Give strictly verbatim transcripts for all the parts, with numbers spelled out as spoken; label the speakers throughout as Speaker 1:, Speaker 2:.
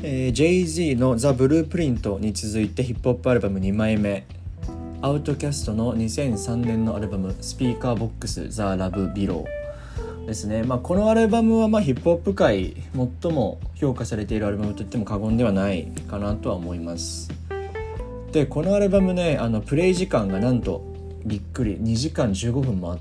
Speaker 1: えー、ジェイズイ のザ・ブループリントに続いてヒップホップアルバムにまいめ、アウトキャストのにせんさんねんのアルバムスピーカーボックスザ・ラブ・ビローですね。まあ、このアルバムはまあヒップホップ界最も評価されているアルバムといっても過言ではないかなとは思います。でこのアルバムね、あのプレイ時間がなんとびっくりにじかんじゅうごふんもあって、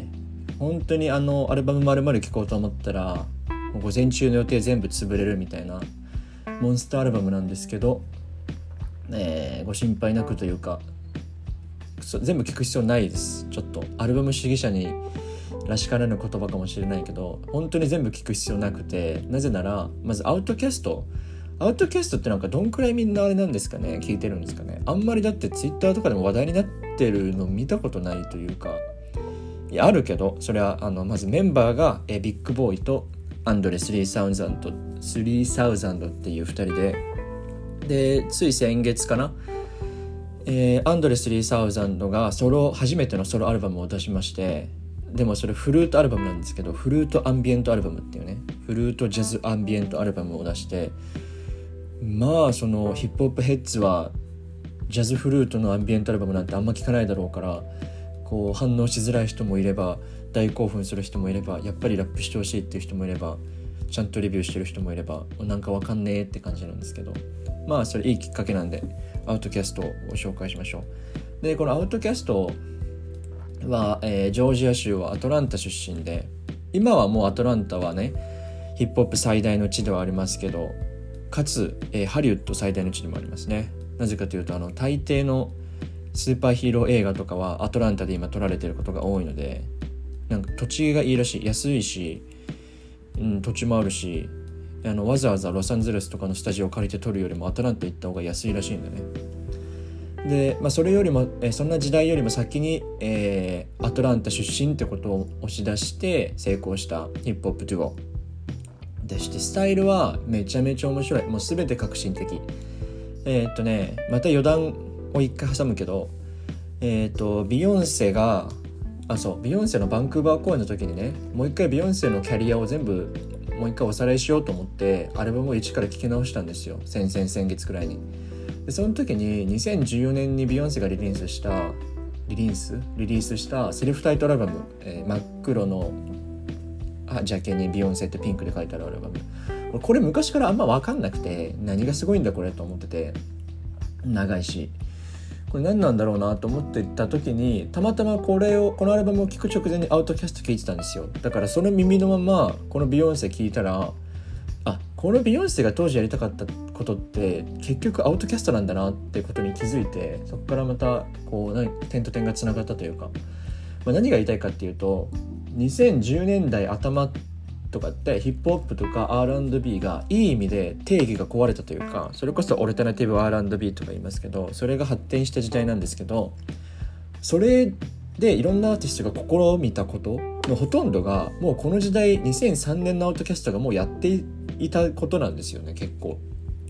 Speaker 1: 本当にあのアルバム丸々聴こうと思ったらもう午前中の予定全部潰れるみたいなモンスターアルバムなんですけど、えー、ご心配なくというか全部聴く必要ないです。ちょっとアルバム主義者にらしからぬ言葉かもしれないけど、本当に全部聴く必要なくて、なぜならまずアウトキャストアウトキャストってなんかどんくらいみんなあれなんですかね、聞いてるんですかね。あんまりだってツイッターとかでも話題になってるの見たことないというか、いやあるけど、それはあのまずメンバーがえビッグボーイとアンドレスリーサウザンドスリーサウザンドっていうふたりで、でつい先月かな、えー、アンドレスリーサウザンドがソロ初めてのソロアルバムを出しまして、でもそれフルートアルバムなんですけど、フルートアンビエントアルバムっていうね、フルートジャズアンビエントアルバムを出して、まあそのヒップホップヘッズはジャズフルートのアンビエントアルバムなんてあんま聞かないだろうから、こう反応しづらい人もいれば大興奮する人もいれば、やっぱりラップしてほしいっていう人もいれば、ちゃんとレビューしてる人もいれば、なんかわかんねえって感じなんですけど、まあそれいいきっかけなんでアウトキャストを紹介しましょう。でこのアウトキャストは、えー、ジョージア州はアトランタ出身で、今はもうアトランタはねヒップホップ最大の地ではありますけど、かつ、えー、ハリウッド最大の地でもありますね。なぜかというと、あの大抵のスーパーヒーロー映画とかはアトランタで今撮られていることが多いので、なんか土地がいいらしい、安いし、うん、土地もあるし、あのわざわざロサンゼルスとかのスタジオを借りて撮るよりもアトランタ行った方が安いらしいんだね。で、まあ、それよりも、えー、そんな時代よりも先に、えー、アトランタ出身ってことを押し出して成功したヒップホップデュオでして、スタイルはめちゃめちゃ面白い。もう全て革新的。えー、っとねまた余談を一回挟むけど、えー、っとビヨンセがあそうビヨンセのバンクーバー公演の時にね、もう一回ビヨンセのキャリアを全部もう一回おさらいしようと思ってアルバムを一から聴き直したんですよ、先々先月くらいに。でその時ににせんじゅうよねんにビヨンセがリリースしたリリースリリースしたセルフタイトルアルバム、えー、真っ黒のジャケにビヨンセってピンクで書いてあるアルバム、これ昔からあんま分かんなくて、何がすごいんだこれと思ってて、長いしこれ何なんだろうなと思ってた時に、たまたまこれをこのアルバムを聴く直前にアウトキャスト聴いてたんですよ。だからその耳のままこのビヨンセ聴いたら、あ、このビヨンセが当時やりたかったことって結局アウトキャストなんだなってことに気づいて、そこからまたこう点と点がつながったというか、まあ、何が言いたいかっていうと、にせんじゅうねんだい頭とかってヒップホップとか アールアンドビー がいい意味で定義が壊れたというか、それこそオルタナティブ アールアンドビー とか言いますけど、それが発展した時代なんですけど、それでいろんなアーティストが試みたことのほとんどがもうこの時代にせんさんねんのアウトキャストがもうやっていたことなんですよね、結構、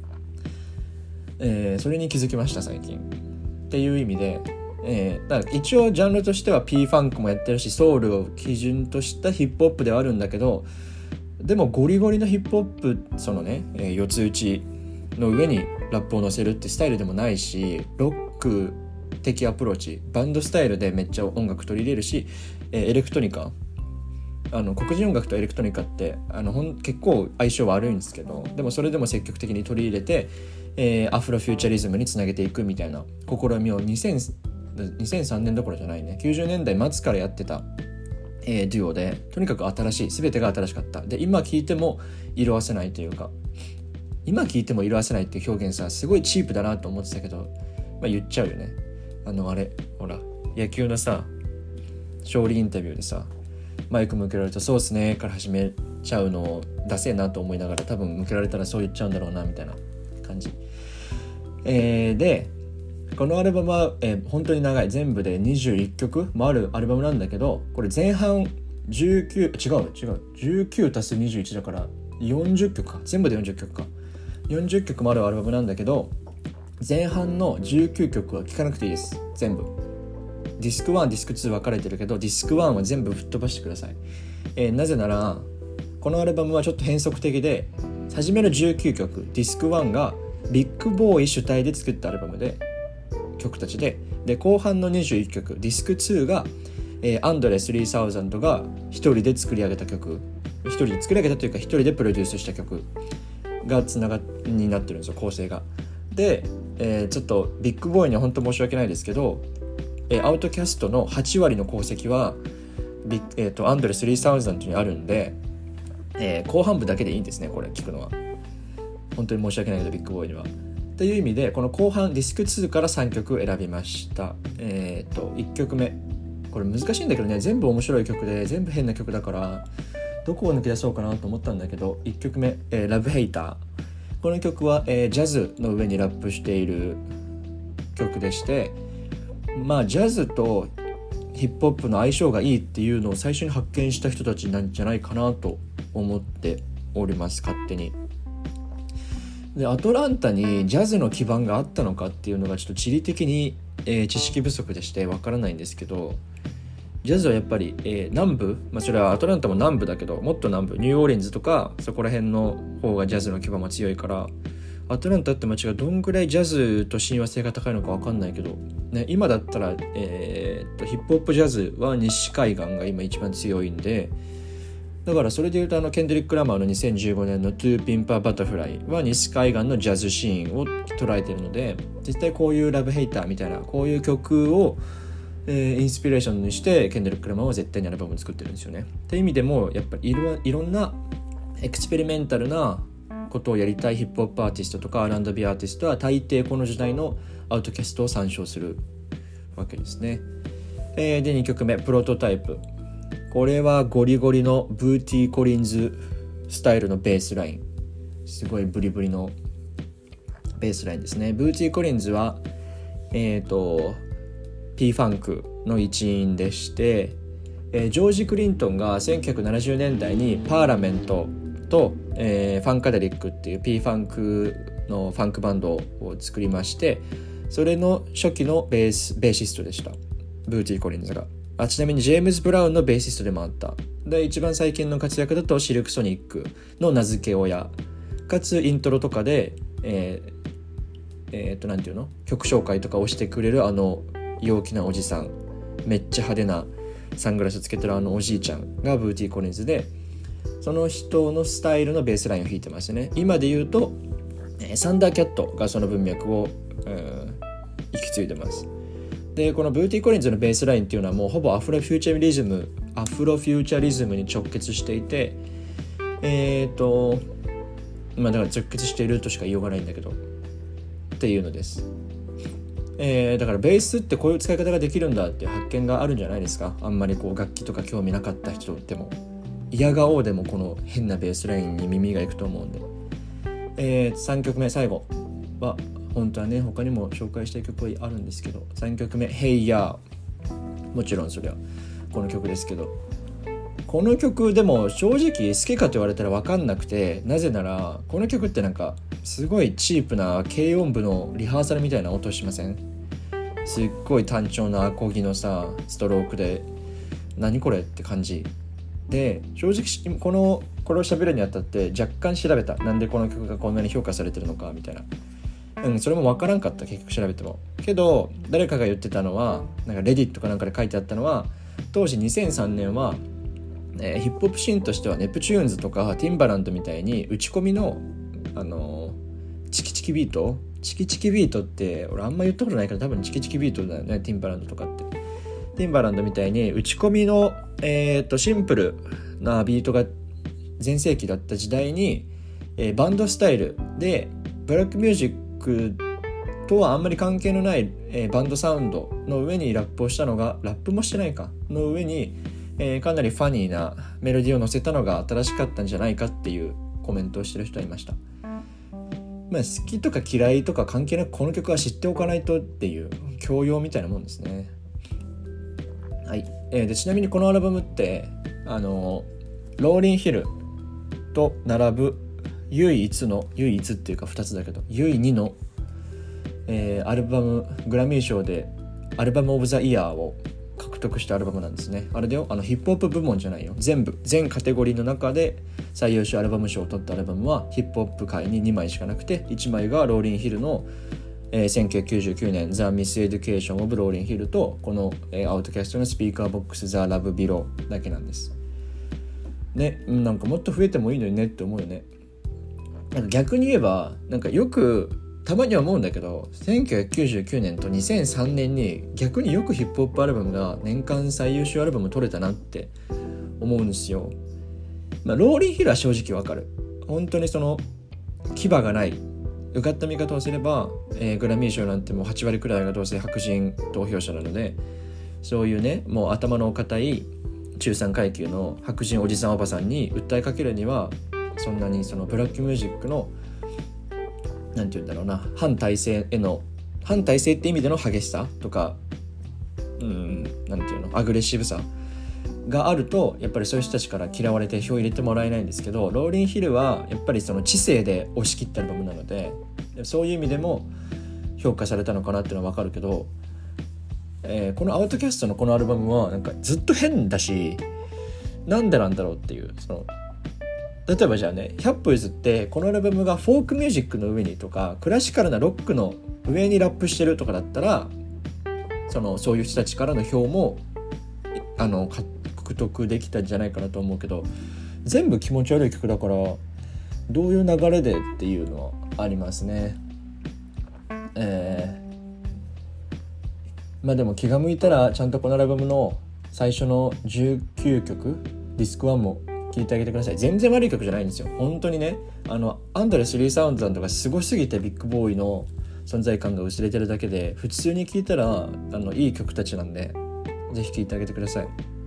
Speaker 1: えー、それに気づきました最近っていう意味で、えー、だから一応ジャンルとしては P ファンクもやってるし、ソウルを基準としたヒップホップではあるんだけど、でもゴリゴリのヒップホップ、そのね、えー、四つ打ちの上にラップを乗せるってスタイルでもないし、ロック的アプローチ、バンドスタイルでめっちゃ音楽取り入れるし、えー、エレクトニカ、あの黒人音楽とエレクトニカってあのほん結構相性悪いんですけど、でもそれでも積極的に取り入れて、えー、アフロフューチャリズムにつなげていくみたいな試みをにせんにせんさんねんどころじゃないね、きゅうじゅうねんだい末からやってた、えー、デュオで、とにかく新しい、全てが新しかった。で今聴いても色褪せないというか、今聴いても色褪せないっていう表現さ、すごいチープだなと思ってたけど、まあ、言っちゃうよね。あのあれほら野球のさ勝利インタビューでさ、マイク向けられるとそうっすねから始めちゃうのをダセえなと思いながら、多分向けられたらそう言っちゃうんだろうなみたいな感じ、えー、でこのアルバムは、えー、本当に長い、全部でにじゅういっきょくもあるアルバムなんだけど、これ前半じゅうきゅう違う違うじゅうきゅう足すにじゅういちだからよんじゅっきょくか、全部でよんじゅっきょくか、よんじゅっきょくもあるアルバムなんだけど、前半のじゅうきゅうきょくは聴かなくていいです。全部ディスクワンディスクツー分かれてるけど、ディスクワンは全部吹っ飛ばしてください。えー、なぜならこのアルバムはちょっと変則的で、 初めのじゅうきゅうきょく、ディスクワンがビッグボーイ主体で作ったアルバムで曲たちで、で後半のにじゅういっきょく、ディスクツーが、えー、アンドレスリーサウザンドが一人で作り上げた曲、一人で作り上げたというか一人でプロデュースした曲がつながになってるんですよ、構成が。で、えー、ちょっとビッグボーイには本当申し訳ないですけど、えー、アウトキャストのはちわりの功績はビッ、えー、とアンドレスリーサウザンドにあるんで、えー、後半部だけでいいんですね、これ聞くのは。本当に申し訳ないけどビッグボーイには。という意味でこの後半ディスクツーからさんきょく選びました。えー、といっきょくめ、これ難しいんだけどね、全部面白い曲で全部変な曲だからどこを抜け出そうかなと思ったんだけど、いっきょくめ、えー、ラブヘイター。この曲は、えー、ジャズの上にラップしている曲でして、まあジャズとヒップホップの相性がいいっていうのを最初に発見した人たちなんじゃないかなと思っております、勝手に。でアトランタにジャズの基盤があったのかっていうのがちょっと地理的に、えー、知識不足でしてわからないんですけど、ジャズはやっぱり、えー、南部、まあ、それはアトランタも南部だけどもっと南部、ニューオーリンズとかそこら辺の方がジャズの基盤も強いから、アトランタって街がどんぐらいジャズと親和性が高いのか分かんないけど、ね、今だったら、えー、っとヒップホップジャズは西海岸が今一番強いんで、だからそれでいうとあのケンドリック・ラマーのにせんじゅうごねんのトゥーピンパーバタフライは西海岸のジャズシーンを捉えているので、実際こういうラブヘイターみたいなこういう曲を、えー、インスピレーションにしてケンドリック・ラマーは絶対にアルバムを作ってるんですよね。っていう意味でもやっぱりいろ、いろんなエクスペリメンタルなことをやりたいヒップホップアーティストとか アールアンドビー アーティストは大抵この時代のアウトキャストを参照するわけですね。えー、でにきょくめ、プロトタイプ。これはゴリゴリのブーティー・コリンズスタイルのベースライン、すごいブリブリのベースラインですね。ブーティー・コリンズはえっと P ファンクの一員でして、えー、ジョージ・クリントンがせんきゅうひゃくななじゅうねんだいにパーラメントと、えー、ファンカデリックっていう P ファンクのファンクバンドを作りまして、それの初期のベースベーシストでした、ブーティー・コリンズが。あちなみにジェームズ・ブラウンのベーシストでもあった。で一番最近の活躍だとシルクソニックの名付け親かつイントロとかでえー、えー、っとなんていうの曲紹介とかをしてくれるあの陽気なおじさん、めっちゃ派手なサングラスつけてるあのおじいちゃんがブーティー・コリンズで、その人のスタイルのベースラインを弾いてましたね。今で言うとサンダーキャットがその文脈を、うん、引き継いでます。でこのブーティー・コリンズのベースラインっていうのはもうほぼアフロフューチャリズムアフロフューチャリズムに直結していて、えっ、ー、とまあだから直結しているとしか言いようがないんだけどっていうのです。えー、だからベースってこういう使い方ができるんだっていう発見があるんじゃないですか。あんまりこう楽器とか興味なかった人でも嫌がおうでもこの変なベースラインに耳がいくと思うんで、えー、さんきょくめ最後は本当はね他にも紹介したい曲はあるんですけど、さんきょくめ Hey Ya、 もちろんそれはこの曲ですけど、この曲でも正直好きかと言われたら分かんなくて、なぜならこの曲ってなんかすごいチープな軽音部のリハーサルみたいな音しません？すっごい単調なアコギのさストロークで何これって感じで、正直このこれを喋るにあたって若干調べた、なんでこの曲がこんなに評価されてるのかみたいな。うん、それも分からんかった、結局調べても。けど誰かが言ってたのはなんかレディットかなんかで書いてあったのは、当時にせんさんねんは、えー、ヒップホップシーンとしてはネプチューンズとかティンバランドみたいに打ち込みの、あのー、チキチキビートチキチキビートって俺あんま言ったことないから多分チキチキビートだよね、ティンバランドとかって。ティンバランドみたいに打ち込みの、えー、とシンプルなビートが全盛期だった時代に、えー、バンドスタイルでブラックミュージックとはあんまり関係のない、えー、バンドサウンドの上にラップをしたのが、ラップもしてないかの上に、えー、かなりファニーなメロディーを乗せたのが新しかったんじゃないかっていうコメントをしてる人はいました。まあ、好きとか嫌いとか関係なくこの曲は知っておかないとっていう教養みたいなもんですね。はい、えー、でちなみにこのアルバムってあのローリンヒルと並ぶ唯一の唯一っていうかふたつだけど唯二の、えー、アルバムグラミー賞でアルバムオブザイヤーを獲得したアルバムなんですね。あれだよ、あのヒップホップ部門じゃないよ、全部全カテゴリーの中で最優秀アルバム賞を取ったアルバムはヒップホップ界ににまいしかなくて、いちまいがローリンヒルの、えー、せんきゅうひゃくきゅうじゅうきゅうねん The Miseducation of ローリンヒルと、この、えー、アウトキャストのスピーカーボックス The Love Below だけなんですね。なんかもっと増えてもいいのにねって思うよね。なんか逆に言えば、なんかよくたまには思うんだけど、せんきゅうひゃくきゅうじゅうきゅうねんとにせんさんねんに逆によくヒップホップアルバムが年間最優秀アルバム取れたなって思うんですよ。まあ、ローリンヒルは正直わかる。本当にその牙がない、受かった見方をすれば、えー、グラミー賞なんてもうはちわりくらいがどうせ白人投票者なので、そういうね、もう頭のお堅い中産階級の白人おじさんおばさんに訴えかけるには、そんなにそのブラックミュージックのなんて言うんだろうな、反体制への反体制って意味での激しさとか、うん、なんていうの、アグレッシブさがあると、やっぱりそういう人たちから嫌われて票入れてもらえないんですけど、ローリンヒルはやっぱりその知性で押し切ったアルバムなので、そういう意味でも評価されたのかなっていうのは分かるけど、えー、このアウトキャストのこのアルバムはなんかずっと変だし、なんでなんだろうっていう、その例えばじゃあね、ひゃっぽ譲ってこのアルバムがフォークミュージックの上にとかクラシカルなロックの上にラップしてるとかだったら、そのそういう人たちからの票もあの獲得できたんじゃないかなと思うけど、全部気持ち悪い曲だから、どういう流れでっていうのはありますね。えー、まあでも気が向いたらちゃんとこのアルバムの最初のじゅうきゅうきょく、ディスクワンも聴いてあげてください。全然悪い曲じゃないんですよ。本当にね、あのアンドレスリーサウンドさんとかすごすぎてビッグボーイの存在感が薄れてるだけで、普通に聴いたらあのいい曲たちなんで、ぜひ聴いてあげてください。